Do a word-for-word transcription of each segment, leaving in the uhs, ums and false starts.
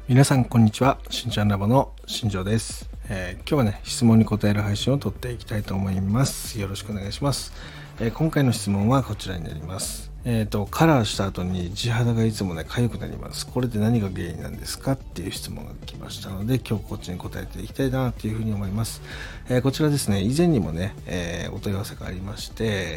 皆さんこんにちは。しんちゃんラボの新庄です、えー、今日はね質問に答える配信を撮っていきたいと思います。よろしくお願いします。えー、今回の質問はこちらになります。えーとカラーした後に地肌がいつもね痒くなります。これで何が原因なんですかっていう質問が来ましたので、今日こっちに答えていきたいなというふうに思います。えー、こちらですね、以前にもね、えー、お問い合わせがありまして、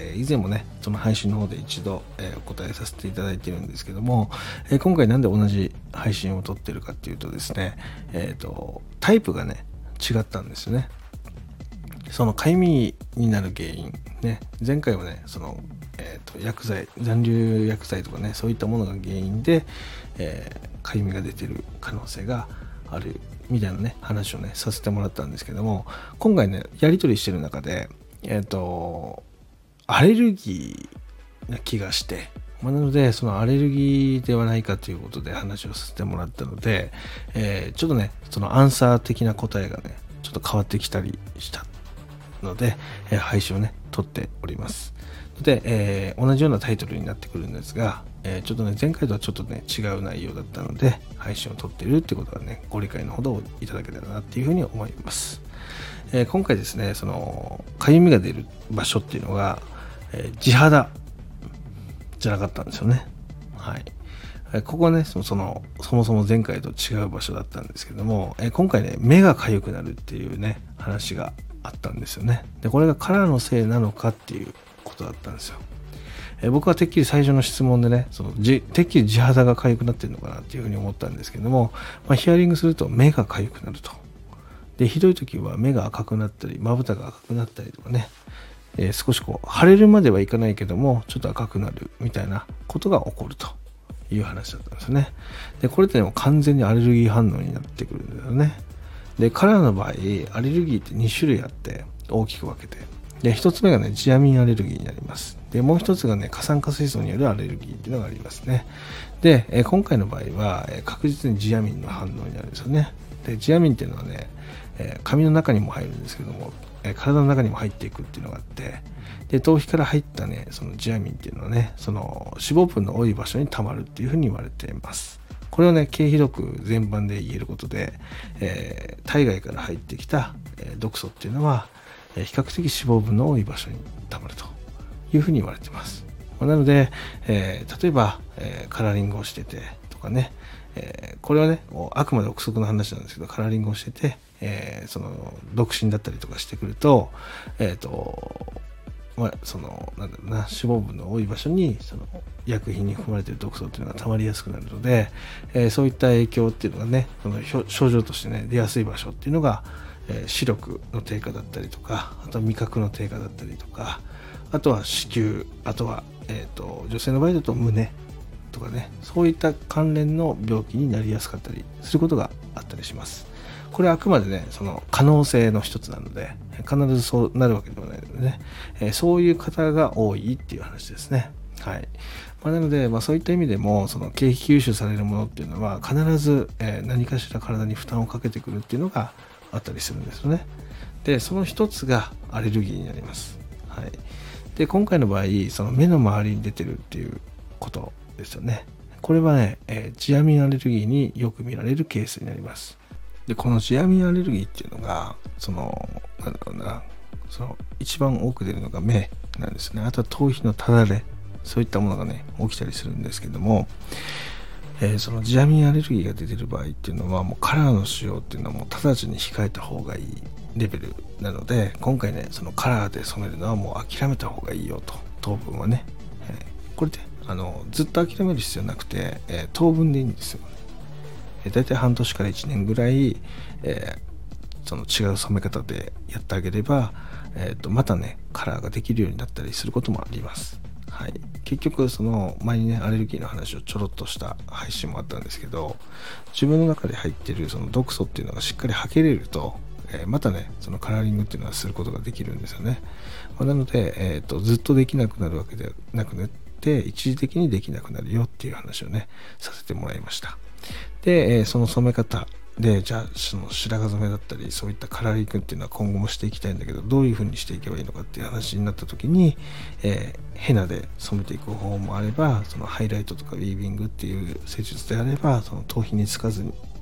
以前もねその配信の方で一度、えー、お答えさせていただいているんですけども、えー、今回なんで同じ配信を撮ってるかっていうとですね、えーとタイプがね違ったんですよね。そのかゆみになる原因ね、前回はねその、えー、と薬剤残留薬剤とかねそういったものが原因で、えー、かゆみが出てる可能性があるみたいなね話をねさせてもらったんですけども、今回ねやり取りしてる中でえっ、ー、とアレルギーな気がして、まあ、なのでそのアレルギーではないかということで話をさせてもらったので、えー、ちょっとねそのアンサー的な答えがねちょっと変わってきたりしたので、えー、配信をね撮っております。で、えー、同じようなタイトルになってくるんですが、えー、ちょっとね前回とはちょっとね違う内容だったので配信を撮っているってことはねご理解のほどをいただけたらなっていうふうに思います。えー、今回ですねそのかゆみが出る場所っていうのが、えー、地肌じゃなかったんですよね。はい。ここはねそのそのそもそも前回と違う場所だったんですけども、え今回ね目が痒くなるっていうね話があったんですよね。でこれがカラーのせいなのかっていうことだったんですよ。え僕はてっきり最初の質問でねそのじてっきり地肌が痒くなってるのかなっていうふうに思ったんですけども、まあ、ヒアリングすると目が痒くなると。でひどい時は目が赤くなったりまぶたが赤くなったりとかね、えー、少しこう腫れるまではいかないけどもちょっと赤くなるみたいなことが起こるという話だったんですよね。でこれってもう完全にアレルギー反応になってくるんだよね。でカラーの場合アレルギーってに種類あって大きく分けて、でひとつめがねジアミンアレルギーになります。でもう一つがね過酸化水素によるアレルギーっていうのがありますね。で、えー、今回の場合は、えー、確実にジアミンの反応になるんですよね。でジアミンっていうのはね、えー、髪の中にも入るんですけども、えー、体の中にも入っていくっていうのがあって、で頭皮から入ったねそのジアミンっていうのはねその脂肪分の多い場所に溜まるっていうふうに言われています。これをね経皮毒全般で言えることで、えー、体外から入ってきた、えー、毒素っていうのは、えー、比較的脂肪分の多い場所に溜まるというふうに言われています。なので、えー、例えば、えー、カラーリングをしててとかね、えー、これはねあくまで憶測の話なんですけどカラーリングをしてて、えー、その独身だったりとかしてくるとえっ、ー、とまあ、そのなんだろうな脂肪分の多い場所にその薬品に含まれている毒素っていうのが溜まりやすくなるので、えー、そういった影響っていうのがねその症状としてね出やすい場所っていうのが、えー、視力の低下だったりとか、あとは味覚の低下だったりとか、あとは子宮、あとは、えーと、女性の場合だと胸とかね、そういった関連の病気になりやすかったりすることがあったりします。これはあくまでねその可能性の一つなので必ずそうなるわけではないのでね、えー、そういう方が多いっていう話ですね。はい。まあ、なので、まあ、そういった意味でもその経費吸収されるものっていうのは必ず、えー、何かしら体に負担をかけてくるっていうのがあったりするんですよね。でその一つがアレルギーになります。はい。で今回の場合その目の周りに出てるっていうことですよね。これはね、えー、ジアミンアレルギーによく見られるケースになります。でこのジアミンアレルギーっていうのがそのなんだろうなその一番多く出るのが目なんですね。あとは頭皮のただれ、そういったものがね起きたりするんですけども、えー、そのジアミンアレルギーが出てる場合っていうのはもうカラーの使用っていうのはもう直ちに控えた方がいいレベルなので、今回ねそのカラーで染めるのはもう諦めた方がいいよと。当分はね、えー、これであのずっと諦める必要なくて、えー、当分でいいんですよね。だいたい半年からいちねんぐらい、えー、その違う染め方でやってあげれば、えー、とまたねカラーができるようになったりすることもあります。はい、結局その前にねアレルギーの話をちょろっとした配信もあったんですけど、自分の中で入っているその毒素っていうのがしっかり吐けれると、えー、またねそのカラーリングっていうのはすることができるんですよね。まあ、なので、えー、とずっとできなくなるわけではなくねって一時的にできなくなるよっていう話をねさせてもらいました。で、えー、その染め方で、じゃあその白髪染めだったりそういったカラーリングっていうのは今後もしていきたいんだけど、どういう風にしていけばいいのかっていう話になった時に、えー、ヘナで染めていく方法もあれば、そのハイライトとかウィービングっていう施術であればその頭皮につかずに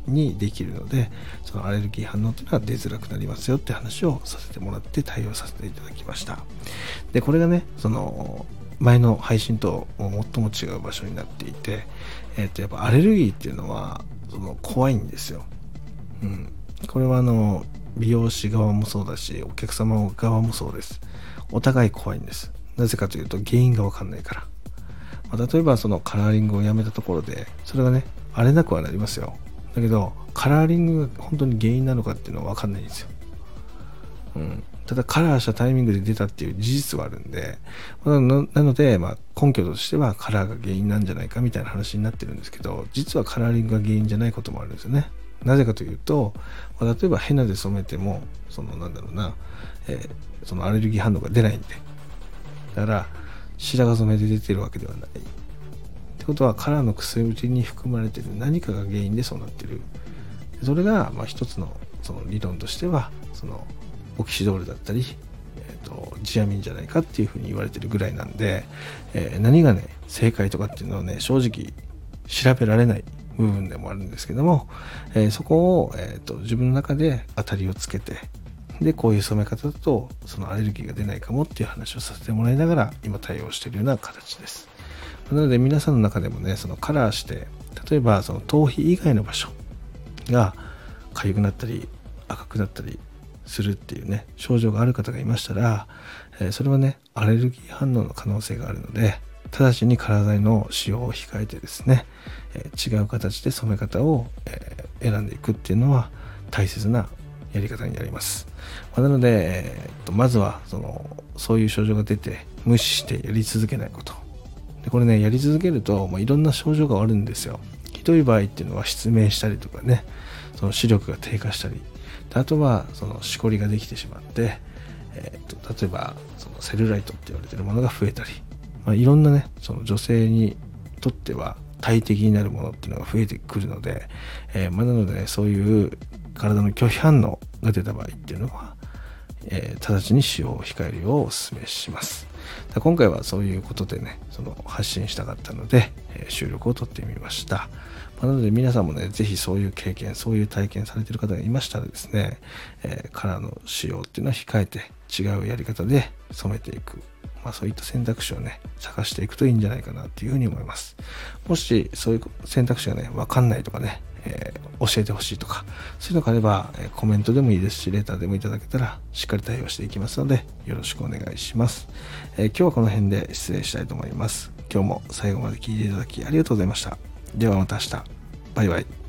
にできるので、そのアレルギー反応というのは出づらくなりますよって話をさせてもらって対応させていただきました。でこれがね、その前の配信と最も違う場所になっていて、えっとやっぱアレルギーっていうのはその怖いんですよ。うん、これはあの美容師側もそうだし、お客様側もそうです。お互い怖いんです。なぜかというと原因がわかんないから。まあ、例えばそのカラーリングをやめたところで、それがね荒れなくはなりますよ。だけどカラーリングが本当に原因なのかっていうのはわかんないんですよ。うん、ただカラーしたタイミングで出たっていう事実はあるんで、なので、まあ、根拠としてはカラーが原因なんじゃないかみたいな話になってるんですけど、実はカラーリングが原因じゃないこともあるんですよね。なぜかというと、まあ、例えばヘナで染めてもそのなんだろうな、えー、そのアレルギー反応が出ないんで、だから白髪染めで出てるわけではないってことは、カラーの薬に含まれている何かが原因でそうなってる。それがまあ一つのその理論としては、そのオキシドールだったり、えー、とジアミンじゃないかっていうふうに言われてるぐらいなんで、えー、何がね正解とかっていうのはね正直調べられない部分でもあるんですけども、えー、そこを、えー、と自分の中で当たりをつけて、でこういう染め方だとそのアレルギーが出ないかもっていう話をさせてもらいながら今対応しているような形です。なので皆さんの中でもね、そのカラーして例えばその頭皮以外の場所が痒くなったり赤くなったりするっていうね症状がある方がいましたら、えー、それはねアレルギー反応の可能性があるので、直ちにカラー剤の使用を控えてですね、えー、違う形で染め方を、えー、選んでいくっていうのは大切なやり方になります。まあ、なので、えー、とまずはそのそういう症状が出て無視してやり続けないこと。でこれねやり続けるともういろんな症状があるんですよ。ひどい場合っていうのは失明したりとかね、その視力が低下したり、あとはそのしこりができてしまって、えー、と例えばそのセルライトって言われているものが増えたり、まあ、いろんなねその女性にとっては大敵になるものっていうのが増えてくるので、えーまあ、なのでねそういう体の拒否反応が出た場合っていうのは、えー、直ちに使用を控えるようお勧めします。今回はそういうことでねその発信したかったので、えー、収録を撮ってみました。なので皆さんもねぜひそういう経験そういう体験されている方がいましたらですね、えー、カラーの使用っていうのは控えて違うやり方で染めていく、まあ、そういった選択肢をね探していくといいんじゃないかなっていうふうに思います。もしそういう選択肢がね分かんないとかね、えー、教えてほしいとかそういうのがあれば、えー、コメントでもいいですしレターでもいただけたらしっかり対応していきますのでよろしくお願いします。えー、今日はこの辺で失礼したいと思います。今日も最後まで聞いていただきありがとうございました。ではまた明日。バイバイ。